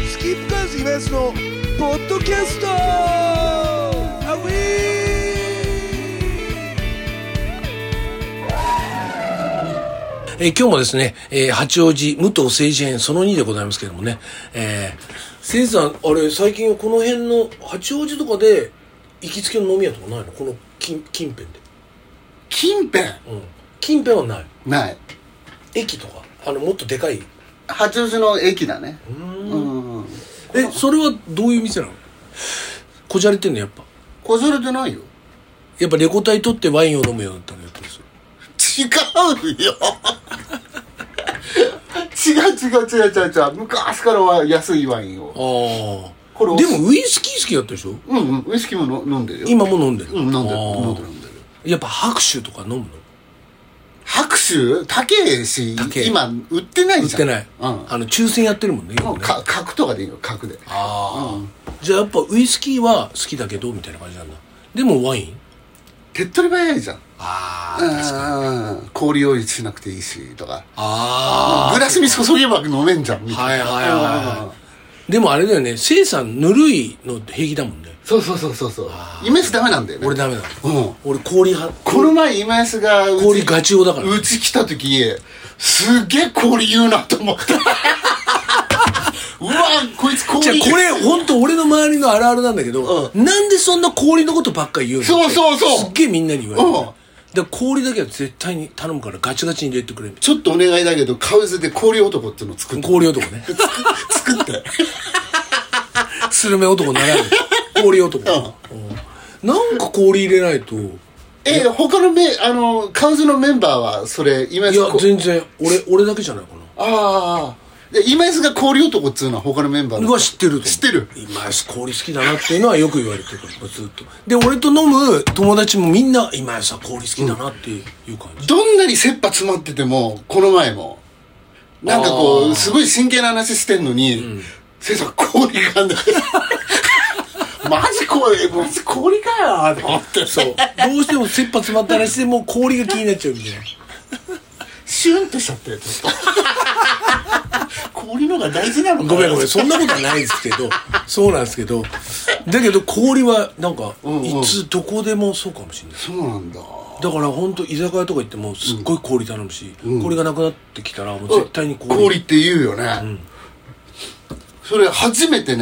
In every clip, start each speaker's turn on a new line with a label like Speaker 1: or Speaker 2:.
Speaker 1: スキップカーズイベントのポッドキャストアウィー。今日もですね、八王子武藤政治編その2でございますけれどもね、せいさん、あれ最近この辺の八王子とかで行きつけの飲み屋とかないの？この近辺で。
Speaker 2: 近辺？
Speaker 1: 近辺はない。
Speaker 2: ない。
Speaker 1: 駅とかもっとでかい
Speaker 2: 八王子の駅だね。
Speaker 1: それはどういう店なの？こじゃれてんの？やっぱ
Speaker 2: こじゃれてないよ。
Speaker 1: やっぱレコ大取ってワインを飲むようになったのやったんですよ。
Speaker 2: 違うよ違う昔からは安いワインを。
Speaker 1: これでもウイスキー好きだったでしょ？
Speaker 2: ウイスキーも飲んでるよ。
Speaker 1: 今も飲んでる？
Speaker 2: 飲んでる。
Speaker 1: やっぱ白酒とか飲むの？
Speaker 2: 白酒高えし、今売ってないじゃん。
Speaker 1: 売ってない。抽選やってるもんね。
Speaker 2: 角とかでいいよ、角で。
Speaker 1: じゃあやっぱウイスキーは好きだけどみたいな感じなんだ。でもワイン
Speaker 2: 手っ取り早いじゃん。
Speaker 1: 確かに。
Speaker 2: 氷用意しなくていいしとか。グラスに注げば飲めんじゃんみたいな。
Speaker 1: でもあれだよね、せいさんぬるいの平気だもんね。
Speaker 2: そうイメージダメなんだよね。
Speaker 1: 俺ダメだ。俺氷派。
Speaker 2: この前今安が
Speaker 1: 氷ガチ用だから。
Speaker 2: うち来た時すげえ氷言うなと思ってうわこいつ氷。
Speaker 1: じゃあこれ本当俺の周りのあるあるなんだけど、なんでそんな氷のことばっかり言うの？
Speaker 2: そう
Speaker 1: すっげえみんなに言われる。で氷だけは絶対に頼むからガチガチに入れてくれる。
Speaker 2: ちょっとお願いだけどカウゼで氷男っていうのを作って。
Speaker 1: 氷男ね
Speaker 2: 作って
Speaker 1: スルメ男ならぬ氷男。なんか氷入れないと。
Speaker 2: 他のカウゼのメンバーはそれ今安。
Speaker 1: いや全然俺だけじゃないかな。
Speaker 2: で今安が氷男っつうのは他のメンバー
Speaker 1: は知ってる。今安氷好きだなっていうのはよく言われてるからずっと。で俺と飲む友達もみんな今安は氷好きだなっていう感じ。
Speaker 2: どんなに切羽詰まっててもこの前もなんかこうすごい真剣な話してんのに、せいさん氷がねマジ氷かよって思って。
Speaker 1: そうどうしても切羽詰まった話でもう氷が気になっちゃうみたいな。
Speaker 2: シュンとしちゃってちょっと氷のが大事なのかな。
Speaker 1: ごめんそんなことはないですけどそうなんですけど、だけど氷はなんかいつどこでもそうかもしれない。
Speaker 2: そうなんだ。
Speaker 1: だから本当居酒屋とか行ってもすっごい氷頼むし、氷がなくなってきたらもう絶対に
Speaker 2: 氷って言うよね。それ初めてね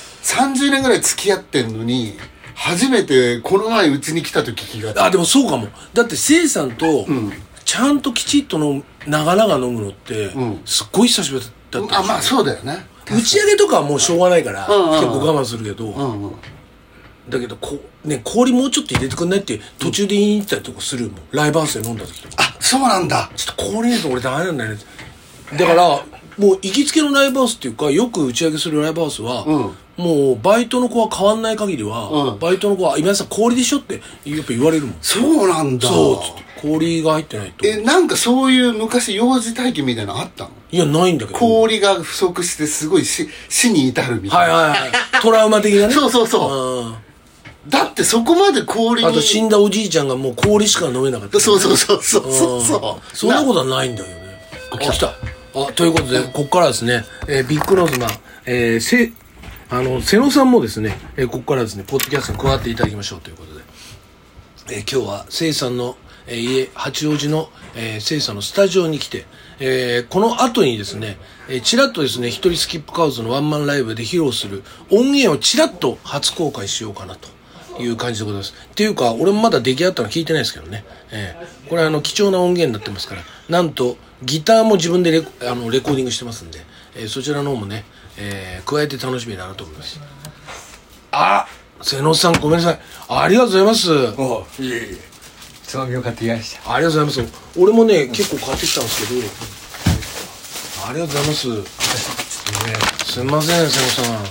Speaker 2: 30年ぐらい付き合ってんのに初めてこの前うちに来た時気がついた。
Speaker 1: でもそうかも。だってせいさんとちゃんときちっと長々飲むのってすっごい久しぶりだった。
Speaker 2: まあそうだよね。
Speaker 1: 打ち上げとかはもうしょうがないから結構我慢するけど、だけど氷もうちょっと入れてくんないって途中で言いに行ったりとかするもん。ライブハウスで飲んだ時とか。
Speaker 2: そうなんだ。
Speaker 1: ちょっと氷入れると俺ダメなんだよね。だからもう行きつけのライブハウスっていうかよく打ち上げするライブハウスは、もうバイトの子は変わんない限りは、バイトの子は今さん氷でしょってやっぱ言われるもん。
Speaker 2: そうなんだ。
Speaker 1: そう氷が入ってないと。
Speaker 2: なんかそういう昔幼児体験みたいなのあったの？
Speaker 1: いやないんだけど。
Speaker 2: 氷が不足してすごい死に至るみたいな。
Speaker 1: トラウマ的なね。
Speaker 2: そうだってそこまで氷に。
Speaker 1: あと死んだおじいちゃんがもう氷しか飲めなかった、ね。
Speaker 2: そう
Speaker 1: そんなことはないんだよね。来た。ということでここからですね、ビッグノーズマン、瀬野さんもですね、ここからですねポッドキャストに加わっていただきましょうということで、今日はせいさんの、家八王子の、せいさんのスタジオに来て、この後にですね、ちらっとですね一人スキップカウズのワンマンライブで披露する音源をちらっと初公開しようかなという感じでございます。っていうか俺もまだ出来上がったの聞いてないですけどね、これ貴重な音源になってますから、なんとギターも自分でレコーディングしてますんで、そちらの方もね、加えて楽しみだなと思います。瀬野さんごめんなさい、ありがとうございます。
Speaker 3: いえつまみを買ってきました。
Speaker 1: ありがとうございます。俺もね結構買ってきたんですけど、ありがとうございます。すみません瀬野さん。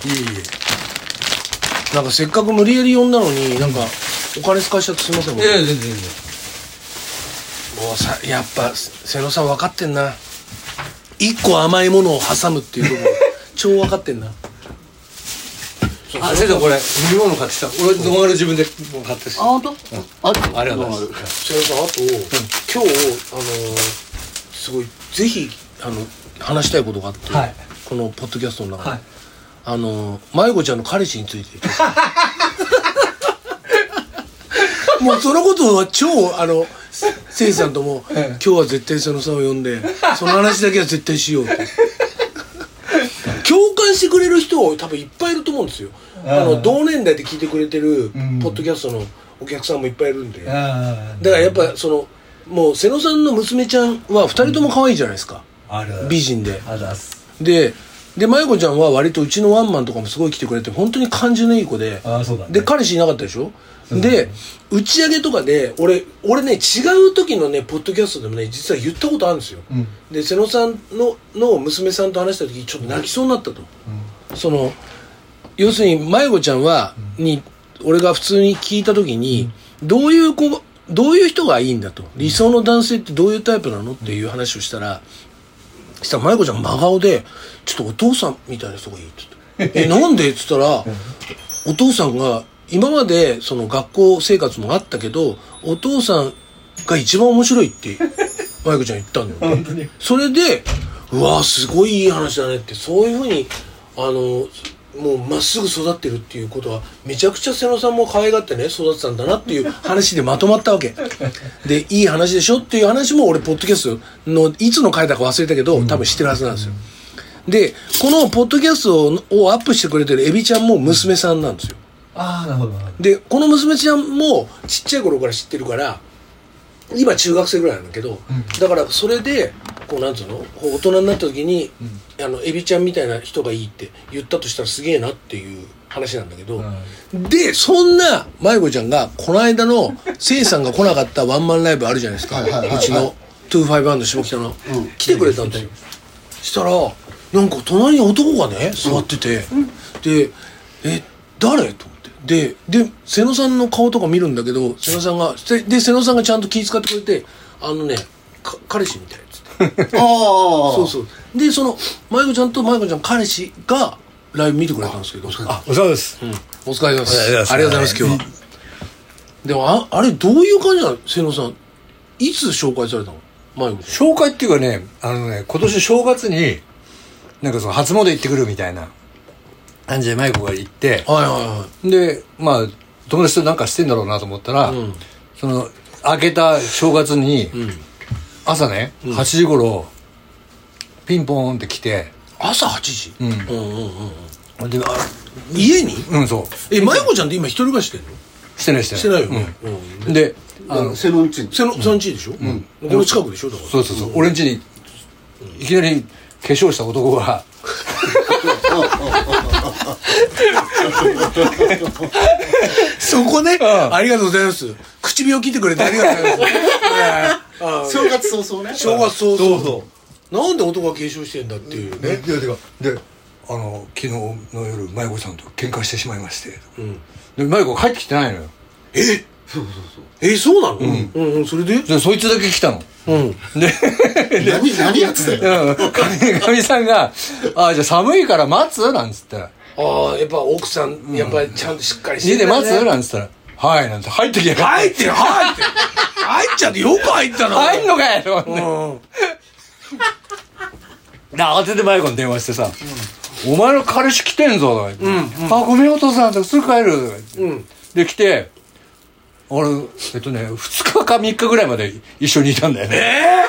Speaker 1: なんかせっかく無理やり呼んだのになんかお金使いしちゃってすみません。
Speaker 3: 全然
Speaker 1: やっぱ瀬野さん分かってんな。一個甘いものを挟むっていうところ超分かってんな。
Speaker 3: 先生これ飲み物買ってきた。俺ノンアル自分で買ってし。
Speaker 2: 本当？
Speaker 3: ありがとうございます。
Speaker 1: 瀬野さん今日すごいぜひ話したいことがあって、このポッドキャストの中で、 舞子ちゃんの彼氏についてもうそのことは超せいさんとも今日は絶対瀬野さんを呼んでその話だけは絶対しようって共感してくれる人多分いっぱいいると思うんですよ。同年代で聞いてくれてるポッドキャストのお客さんもいっぱいいるんで、だからやっぱもう瀬野さんの娘ちゃんは2人とも可愛いじゃないですか、美人で。で舞子ちゃんは割とうちのワンマンとかもすごい来てくれて本当に感じのいい子で、
Speaker 3: そうだね、
Speaker 1: で彼氏いなかったでしょ、で打ち上げとかで俺ね違う時のねポッドキャストでもね実は言ったことあるんですよ、で瀬野さんの娘さんと話した時ちょっと泣きそうになったと、要するに舞子ちゃんは、俺が普通に聞いた時に、どういう人がいいんだと、理想の男性ってどういうタイプなのっていう話をしたら舞子ちゃん真顔でちょっとお父さんみたいな人がいいって言ってなんでって言ったらお父さんが今までその学校生活もあったけどお父さんが一番面白いって舞子ちゃん言ったんだよねそれでうわすごいいい話だねって、そういうふうにもうまっすぐ育ってるっていうことはめちゃくちゃ瀬野さんも可愛がってね育ってたんだなっていう話でまとまったわけで、いい話でしょっていう話も俺ポッドキャストのいつの回だか忘れたけど多分知ってるはずなんですよ。でこのポッドキャストをアップしてくれてるエビちゃんも娘さんなんですよ。
Speaker 3: なるほど。
Speaker 1: でこの娘ちゃんもちっちゃい頃から知ってるから今中学生ぐらいなんだけど、だからそれでこうなんつうの大人になった時に、エビちゃんみたいな人がいいって言ったとしたらすげえなっていう話なんだけど、でそんな舞子ちゃんがこの間のせいさんが来なかったワンマンライブあるじゃないですか、うちの25バンド下北の、来てくれたんですよ。したらなんか隣に男がね座ってて、で誰と思ってで瀬野さんの顔とか見るんだけど瀬野さんが瀬野さんがちゃんと気遣ってくれて彼氏みたいっつってそうでその舞子ちゃんと舞子ちゃん彼氏がライブ見てくれたんですけど、お
Speaker 3: 疲れです、
Speaker 1: お疲れ様です。ありがとうございます。今日はでもあれどういう感じなの瀬野さん、いつ紹介されたの舞子ちゃん。
Speaker 3: 紹介っていうかね今年正月になんかその初詣行ってくるみたいな感じで舞子が行って、で友達となんかしてんだろうなと思ったら、その明けた正月に、朝ね、8時頃ピンポーンって来て、
Speaker 1: 朝8時で家にそう舞子ちゃんって今一人暮らししてんの？してないよね。
Speaker 3: で
Speaker 2: 瀬野んち
Speaker 1: 瀬野んちでしょ、この近くでしょ。だから
Speaker 3: そう俺んちにいきなり化粧した男が
Speaker 1: そこね、ありがとうございます。唇を切ってくれてありがとうございます。
Speaker 2: 正月早々ね。
Speaker 1: 正月早々。なんで男が継承してんだっていうね。
Speaker 3: で昨日の夜舞子さんと喧嘩してしまいまして、で舞子が帰ってきてないのよ。
Speaker 1: そうなの？それで
Speaker 3: そいつだけ来たの。で
Speaker 2: 何やつだよ。
Speaker 3: かみさんがじゃあ寒いから待つなんつって、
Speaker 1: やっぱ奥さんやっぱりちゃんとしっかりして
Speaker 3: るね。家で待つなんつったらはいなんて入ってきやがって。
Speaker 1: 入っちゃってよく入ったの。
Speaker 3: 入んのかよと思って。慌てて舞子に電話してさ、お前の彼氏来てんぞとか言って、ごめんお父さんすぐ帰るとか言って、で来て俺2日か3日ぐらいまで一緒にいたんだよね。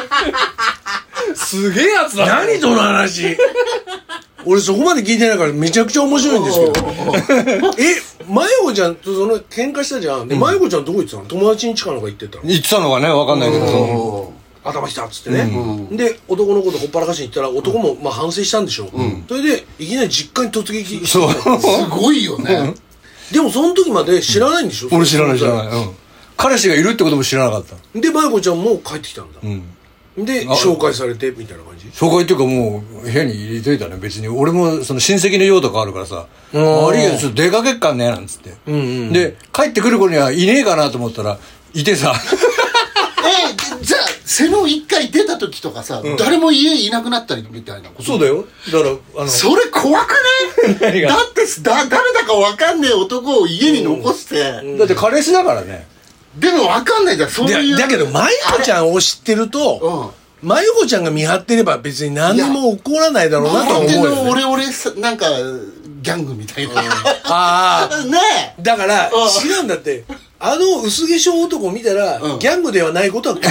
Speaker 3: すげえやつだ。
Speaker 1: 何その話。俺そこまで聞いてないからめちゃくちゃ面白いんですけど。舞子ちゃんとその喧嘩したじゃん。で舞子ちゃんどこ行ってたの？友達ん家かなんか行ってたの？
Speaker 3: 行ってたのかね分かんないけど、
Speaker 1: 頭きたっつってね、で男の子とほっぱらかしに行ったら男も反省したんでしょ、それでいきなり実家に突撃して、
Speaker 2: すごいよね。
Speaker 1: でもその時まで知らないんでしょ？
Speaker 3: 俺知らない、彼氏がいるってことも知らなかった。
Speaker 1: で舞子ちゃんも帰ってきたんだ、で紹介されてみたいな感じ。
Speaker 3: 紹介っていうかもう部屋に入れといたね。別に俺もその親戚の用とかあるからさ、ありがとうちょっと出かけっかんねなんつって、で帰ってくる頃にはいねえかなと思ったらいてさ
Speaker 2: じゃあ瀬野一回出た時とかさ、誰も家いなくなったりみたいなこと。
Speaker 3: そうだよ。だから
Speaker 2: それ怖くね？
Speaker 3: 何が？
Speaker 2: だって誰だか分かんねえ男を家に残して、
Speaker 3: だって彼氏だからね。
Speaker 2: でも分かんないじゃん。そういう
Speaker 1: だけど舞子ちゃんを知ってると、 真由子ちゃんが見張ってれば別に何にも起こらないだろうなと思うよ、ね。
Speaker 2: オレオレなんかギャングみたいな。
Speaker 1: ああ
Speaker 2: ね
Speaker 1: え。だから違うんだって。あの薄化粧男見たら、ギャングではないことは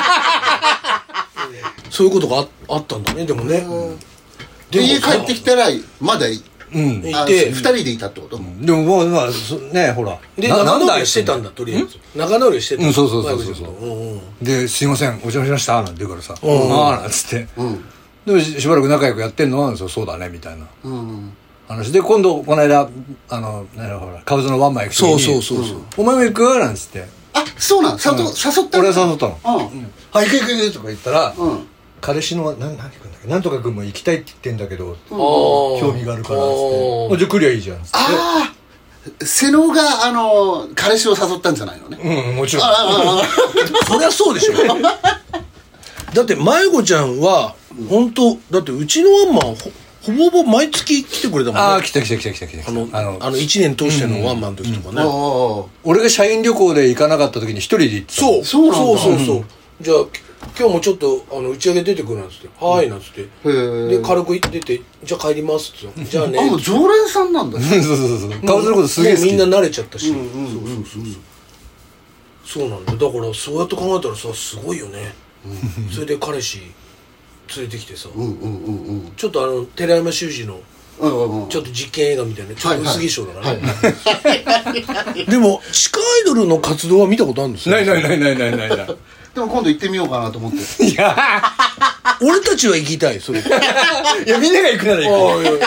Speaker 1: そういうことが あったんだね。でもね。
Speaker 2: で家帰ってきたらまだいて2人でいたってこと。
Speaker 3: でももうまあねほら
Speaker 1: で仲直りしてたんだとりあえず仲直りしてた。
Speaker 3: そうですいませんお邪魔しましたなんて言うからさああなんつってでしばらく仲良くやってんのはそうだねみたいな話で今度この間ほらカウズのワンマン行く時にそうお前も行くなんつって
Speaker 2: そうなん誘った。
Speaker 3: 俺は誘ったのはい行くとか言ったら彼氏の何君だっけなんとか君も行きたいって言ってんだけど興味があるからっつってじゃあ来りゃいいじゃんっつって
Speaker 2: ああ瀬野が彼氏を誘ったんじゃないのね。
Speaker 3: もちろん
Speaker 1: そりゃそうでしょだって真由子ちゃんは本当だってうちのワンマンほぼほぼ毎月来てくれたもんね。
Speaker 3: ああ来た1
Speaker 1: 年通してのワンマンの時とかね
Speaker 3: 俺が社員旅行で行かなかった時に一人で行ってた。
Speaker 1: そうじゃあ今日もちょっと打ち上げ出てくるなんつって「はい」なんつってで軽く行ってて「じゃあ帰ります」ってじゃあね
Speaker 2: もう常連さんなんだ。
Speaker 3: そう顔することすげえ好き
Speaker 1: みんな慣れちゃったしそうなんだ。だからそうやって考えたらさすごいよねそれで彼氏連れてきてさちょっと寺山修司のちょっと実験映画みたいなちょっと薄化粧だからねでも地下アイドルの活動は見たことあるんですよ。
Speaker 3: ない
Speaker 2: でも今度行ってみようかなと思って。
Speaker 3: いや
Speaker 1: 俺たちは行きたいそれ。い
Speaker 3: やみんなが行くなら行く。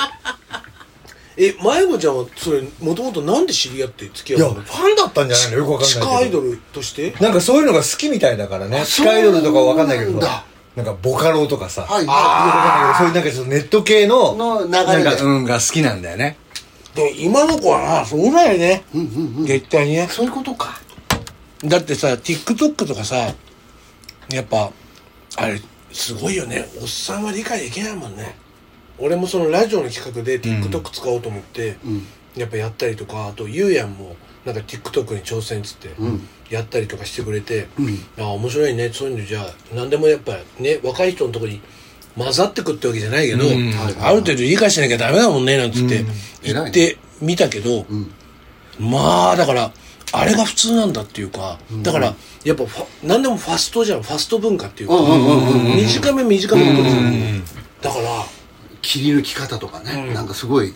Speaker 1: 真由子ちゃんはそれもともとなんで知り合って付き合ったの？
Speaker 3: ファンだったんじゃないのよくわかんないけど。
Speaker 1: 地下アイドルとして
Speaker 3: なんかそういうのが好きみたいだからね。地下アイドルとかわかんないけどなんかボカロとかさよくわかんないけどそういうなんかちょっとネット系の
Speaker 2: 流れで
Speaker 3: が好きなんだよね。
Speaker 1: でも今の子はなそうだよね絶対にね。
Speaker 2: そういうことか。
Speaker 1: だってさ TikTok とかさやっぱあれすごいよね。おっさんは理解できないもんね。俺もそのラジオの企画で TikTok 使おうと思って、やっぱやったりとかあとゆうやんもなんか TikTok に挑戦っつってやったりとかしてくれて、ああ面白いねそういうのじゃあ何でもやっぱね若い人のとこに混ざってくってわけじゃないけど、ある程度理解しなきゃダメだもんねなんつって言ってみたけど、まあだからあれが普通なんだっていうか、だからやっぱ何でもファストじゃん。ファスト文化っていうか短めのことじゃん。だから
Speaker 2: 切り抜き方とかねなんかすごい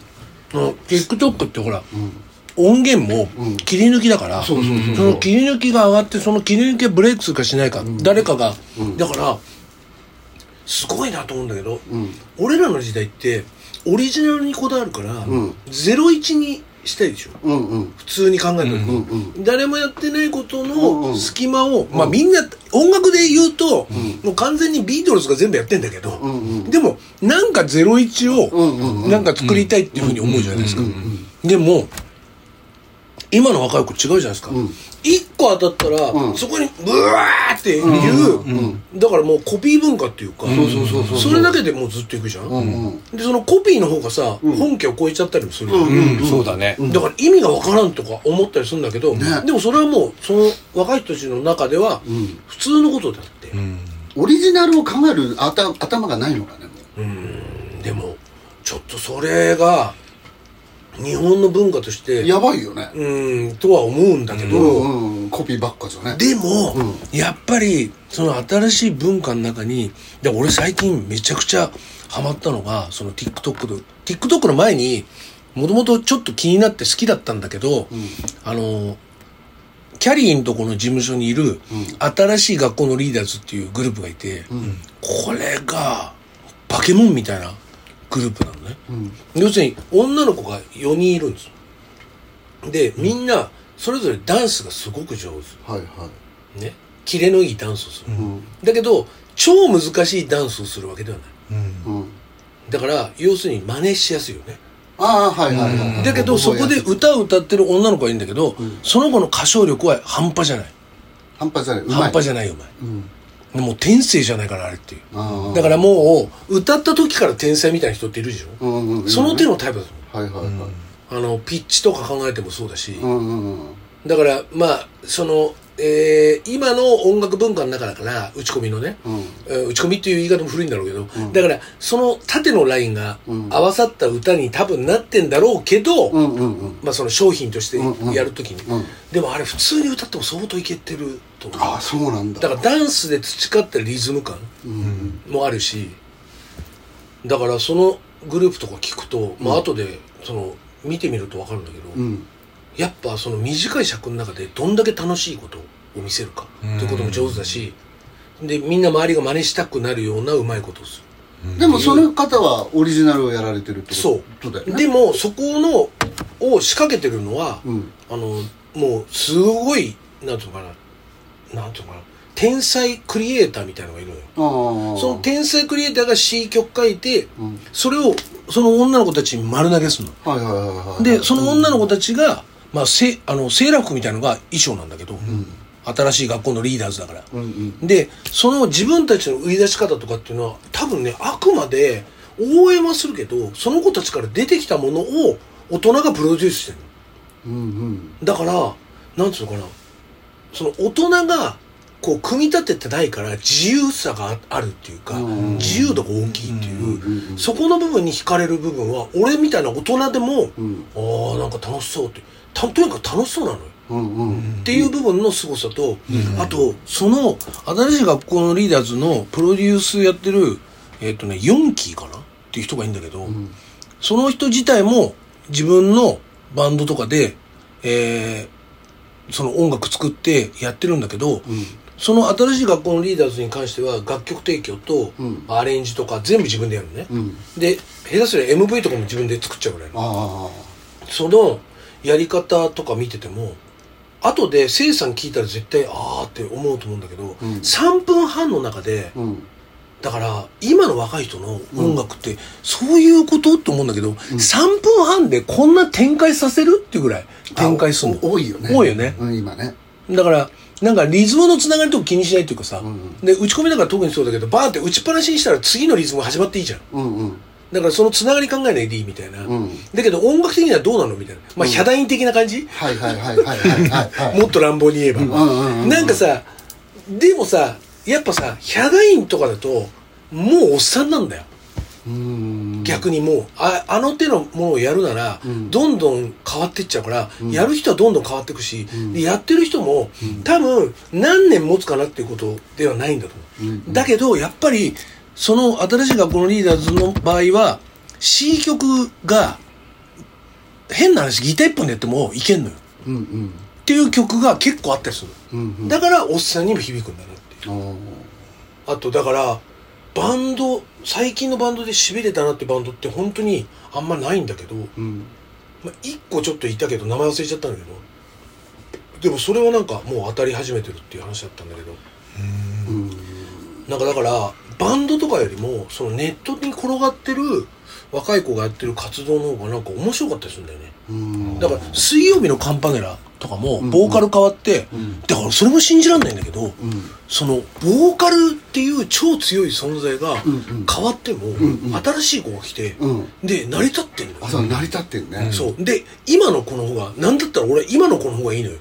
Speaker 1: TikTok ってほら音源も切り抜きだからその切り抜きが上がってその切り抜きがブレイクするかしないか誰かがだからすごいなと思うんだけど俺らの時代ってオリジナルにこだわるから01にしたいでしょ普通に考えた時誰もやってないことの隙間をまあみんな音楽で言うともう完全にビートルズが全部やってんだけどでもなんか01をなんか作りたいっていうふうに思うじゃないですか。でも今の若い子違うじゃないですか。1個当たったらそこにブワーっていうだからもうコピー文化っていうかそれだけでもうずっといくじゃん。でそのコピーの方がさ本家を超えちゃったりもする。
Speaker 3: そうだね。
Speaker 1: だから意味がわからんとか思ったりするんだけどでもそれはもうその若い人たちの中では普通のことであって
Speaker 2: オリジナルを考える頭がないのかね。
Speaker 1: でもちょっとそれが日本の文化として
Speaker 2: やばいよね
Speaker 1: とは思うんだけど
Speaker 2: コピーばっかじゃね。
Speaker 1: でもやっぱりその新しい文化の中にで俺最近めちゃくちゃハマったのがその TikTok の前にもともとちょっと気になって好きだったんだけどキャリーのとこの事務所にいる新しい学校のリーダーズっていうグループがいてこれがバケモンみたいなグループなのね、要するに女の子が4人いるんですよ。でみんなそれぞれダンスがすごく上手、ね、キレのいいダンスをする、だけど超難しいダンスをするわけではない、だから要するに真似しやすいよね。だけどそこで歌を歌ってる女の子はいいんだけど、その子の歌唱力は半端じゃない半端じゃないよお前、もう天性じゃないかなあれっていう。だからもう歌った時から天才みたいな人っているでしょ、その手のタイプだと思う。ピッチとか考えてもそうだし、だからまあその今の音楽文化の中だから打ち込みのね、打ち込みっていう言い方も古いんだろうけど、だからその縦のラインが合わさった歌に多分なってんだろうけど、まあその商品としてやるときに、でもあれ普通に歌っても相当いけてると思う。
Speaker 2: ああ、そうなんだ。
Speaker 1: だからダンスで培ったリズム感もあるし、だからそのグループとか聞くと、まあ後でその見てみると分かるんだけど、やっぱその短い尺の中でどんだけ楽しいことを見せるかっていうことも上手だし、でみんな周りが真似したくなるようなうまいことをする。
Speaker 2: でもその方はオリジナルをやられてるってことだよね。
Speaker 1: そうでもそこのを仕掛けてるのは、もうすごいなんていうのかな天才クリエイターみたいなのがいるのよ。その天才クリエイターが C 曲書いて、それをその女の子たちに丸投げするの。でその女の子たちが、まあ、セーラー服みたいなのが衣装なんだけど、新しい学校のリーダーズだから、でその自分たちの売り出し方とかっていうのは多分ね、あくまで応援はするけど、その子たちから出てきたものを大人がプロデュースしてるの、だからなんつうのかな、その大人がこう組み立ててないから自由さがあるっていうか、自由度が大きいっていう、そこの部分に惹かれる部分は俺みたいな大人でも、ああなんか楽しそうって、とにかく楽しそうなのよ、っていう部分の凄さと、あとその新しい学校のリーダーズのプロデュースやってる4期かなっていう人がいいんだけど、その人自体も自分のバンドとかで、その音楽作ってやってるんだけど、その新しい学校のリーダーズに関しては楽曲提供とアレンジとか全部自分でやるのね、で下手すりゃ MV とかも自分で作っちゃうぐらいの、そのやり方とか見てても後でせいさん聞いたら絶対あーって思うと思うんだけど、3分半の中で、だから今の若い人の音楽ってそういうことって思うんだけど、3分半でこんな展開させるっていうぐらい展開するの
Speaker 2: 多いよね。
Speaker 1: 多いよね、
Speaker 2: 今ね。だ
Speaker 1: からなんかリズムのつながりとか気にしないっていうかさ、で打ち込みだから特にそうだけど、バーンって打ちっぱなしにしたら次のリズムが始まっていいじゃん、だからそのつながり考えないでいいみたいな、だけど音楽的にはどうなのみたいな、まあヒャダイン的な感じ、もっと乱暴に言えば、なんかさ、でもさやっぱさヒャダインとかだともうおっさんなんだよ、逆にもうあの手のものをやるなら、どんどん変わっていっちゃうから、やる人はどんどん変わっていくし、でやってる人も、多分何年持つかなっていうことではないんだと思う、だけどやっぱりその新しい学校のリーダーズの場合は C 曲が変な話ギター一本でやってもいけんのよ、っていう曲が結構あったりする、だからおっさんにも響くんだなっていう。あとだからバンド、最近のバンドで痺れたなってバンドって本当にあんまないんだけど、まあ、1個ちょっといたけど名前忘れちゃったんだけど、でもそれはなんかもう当たり始めてるっていう話だったんだけど、なんかだからバンドとかよりもそのネットに転がってる若い子がやってる活動の方がなんか面白かったりするんだよね。だから水曜日のカンパネラとかもボーカル変わって、だからそれも信じらんないんだけど、そのボーカルっていう超強い存在が変わっても、新しい子が来て、で成り立ってんのよ。
Speaker 2: そう成り立ってんね。
Speaker 1: そうで今の子の方がなんだったら俺今の子の方がいいのよ。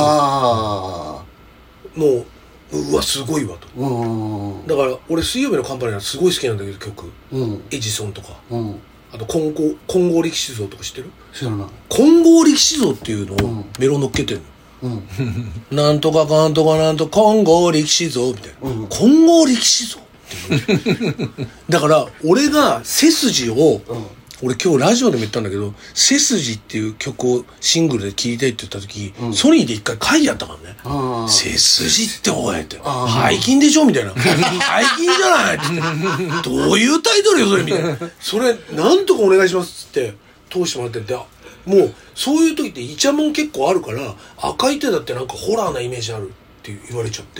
Speaker 1: もううわすごいわと、だから俺水曜日のカンパネラすごい好きなんだけど曲、エジソンとか、あと金剛力士像とか知ってる？
Speaker 2: 知らない。
Speaker 1: 金剛力士像っていうのをメロ乗っけてるの、なんとかかんとかなんと金剛力士像みたいな、金剛力士像ってだから俺が背筋を、俺今日ラジオでも言ったんだけど、背筋っていう曲をシングルで聴いてって言った時、ソニーで一回書いてあったからね、背筋っておいって背筋でしょみたいな背筋じゃないってどういうタイトルよそれみたいなそれなんとかお願いしますって通してもらってて、もうそういう時ってイチャモン結構あるから、赤い手だってなんかホラーなイメージあるって言われちゃって、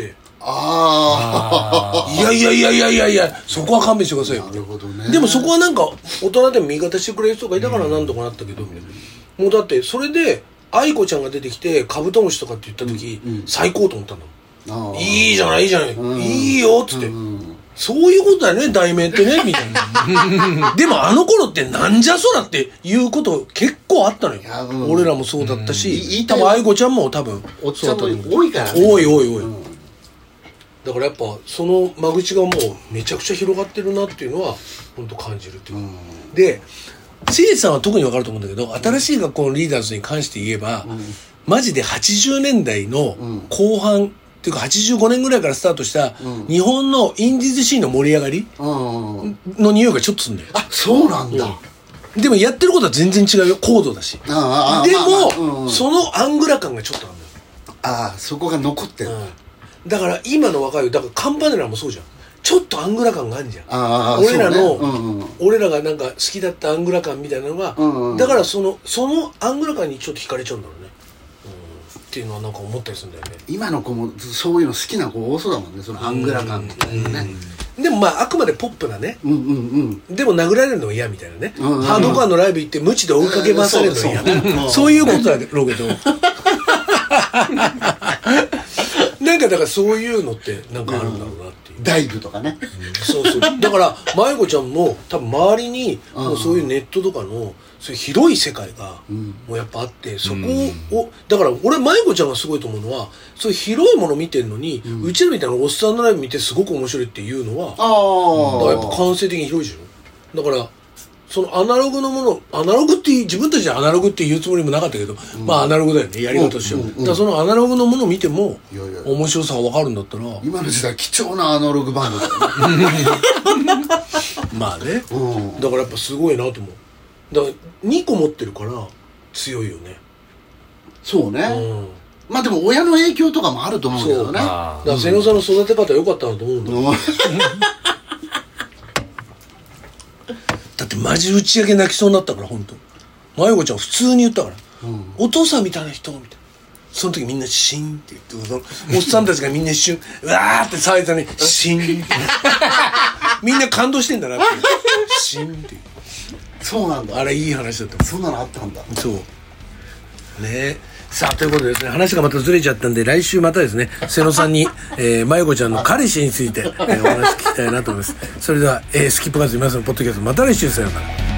Speaker 1: いやそこは勘弁してくださいよ。
Speaker 2: なるほどね。
Speaker 1: でもそこはなんか大人でも味方してくれる人がいたからなんとかなったけど、もうだってそれで愛子ちゃんが出てきてカブトムシとかって言った時、最高と思ったんだもん。いいじゃないいいじゃない、いいよっつって、 そういうことだよね、題名ってね、みたいな。でもあの頃ってなんじゃそらっていうこと結構あったのよ。俺らもそうだったし、多分愛子ちゃんも多分。
Speaker 2: おっちゃんも多いからね。
Speaker 1: 多い。だからやっぱその間口がもうめちゃくちゃ広がってるなっていうのは本当感じるっていうか。で、せいさんは特に分かると思うんだけど、新しい学校のリーダーズに関して言えば、マジで80年代の後半、っていうか85年ぐらいからスタートした日本のインディーズシーンの盛り上がりの匂いがちょっとするんだよ。
Speaker 2: あ、そうなんだ。
Speaker 1: でもやってることは全然違うよ、高度だし。でもそのアングラ感がちょっとあるんだよ。
Speaker 2: ああ、そこが残ってる。
Speaker 1: だから今の若いよ、だからカンパネラもそうじゃん。ちょっとアングラ感があるじゃん。俺らの、俺らがなんか好きだったアングラ感みたいなのが、だからそのアングラ感にちょっと惹かれちゃうんだろうね。っていうのはなんか思ったりするんだよね。
Speaker 2: 今の子もそういうの好きな子多そうだもんね、そのアングラ感みたいなね。
Speaker 1: でもまああくまでポップなね。でも殴られるのが嫌みたいなね。ハードコアのライブ行って無知で追いかけ回されるのが嫌。そういうことだろうけど。なんかだからそういうのってなんかあるんだろうなっていう。
Speaker 2: ダイブとかね。
Speaker 1: そう。だから舞子ちゃんも多分周りにもうそういうネットとかのそういう広い世界がもうやっぱあって、そこをだから俺舞子ちゃんがすごいと思うのは、そういう広いもの見てるのに、うちらみたいなおっさんのライブ見てすごく面白いっていうのは、だからやっぱ感性的に広いでしょ。だからそのアナログのもの、アナログって自分たちでアナログって言うつもりもなかったけど、まあアナログだよね、やり方としては。だからそのアナログのものを見ても面白さが分かるんだったら、
Speaker 2: 今の時代貴重なアナログバンドだよね。
Speaker 1: まあね、だからやっぱすごいなと思う。だから2個持ってるから強いよね。
Speaker 2: そうね。まあでも親の影響とかもあると思うけどね。だ
Speaker 1: から瀬野さんの育て方良かったなと思うんだよ。だってマジ打ち上げ泣きそうになったから、本当。舞子ちゃん普通に言ったから、お父さんみたいな人みたいな。その時みんなシーンって言って、おっさんたちがみんな一瞬うわーって騒いだのにシーンってみんな感動してんだなってシーンって。
Speaker 2: そうなんだ。
Speaker 1: あれいい話だった。
Speaker 2: そんなのあったんだ。
Speaker 1: そうね。さあということでですね、話がまたずれちゃったんで、来週またですね瀬野さんに舞子ちゃんの彼氏についてお話聞きたいなと思います。それではスキップカーズ皆さんのポッドキャストまた来週さようなら。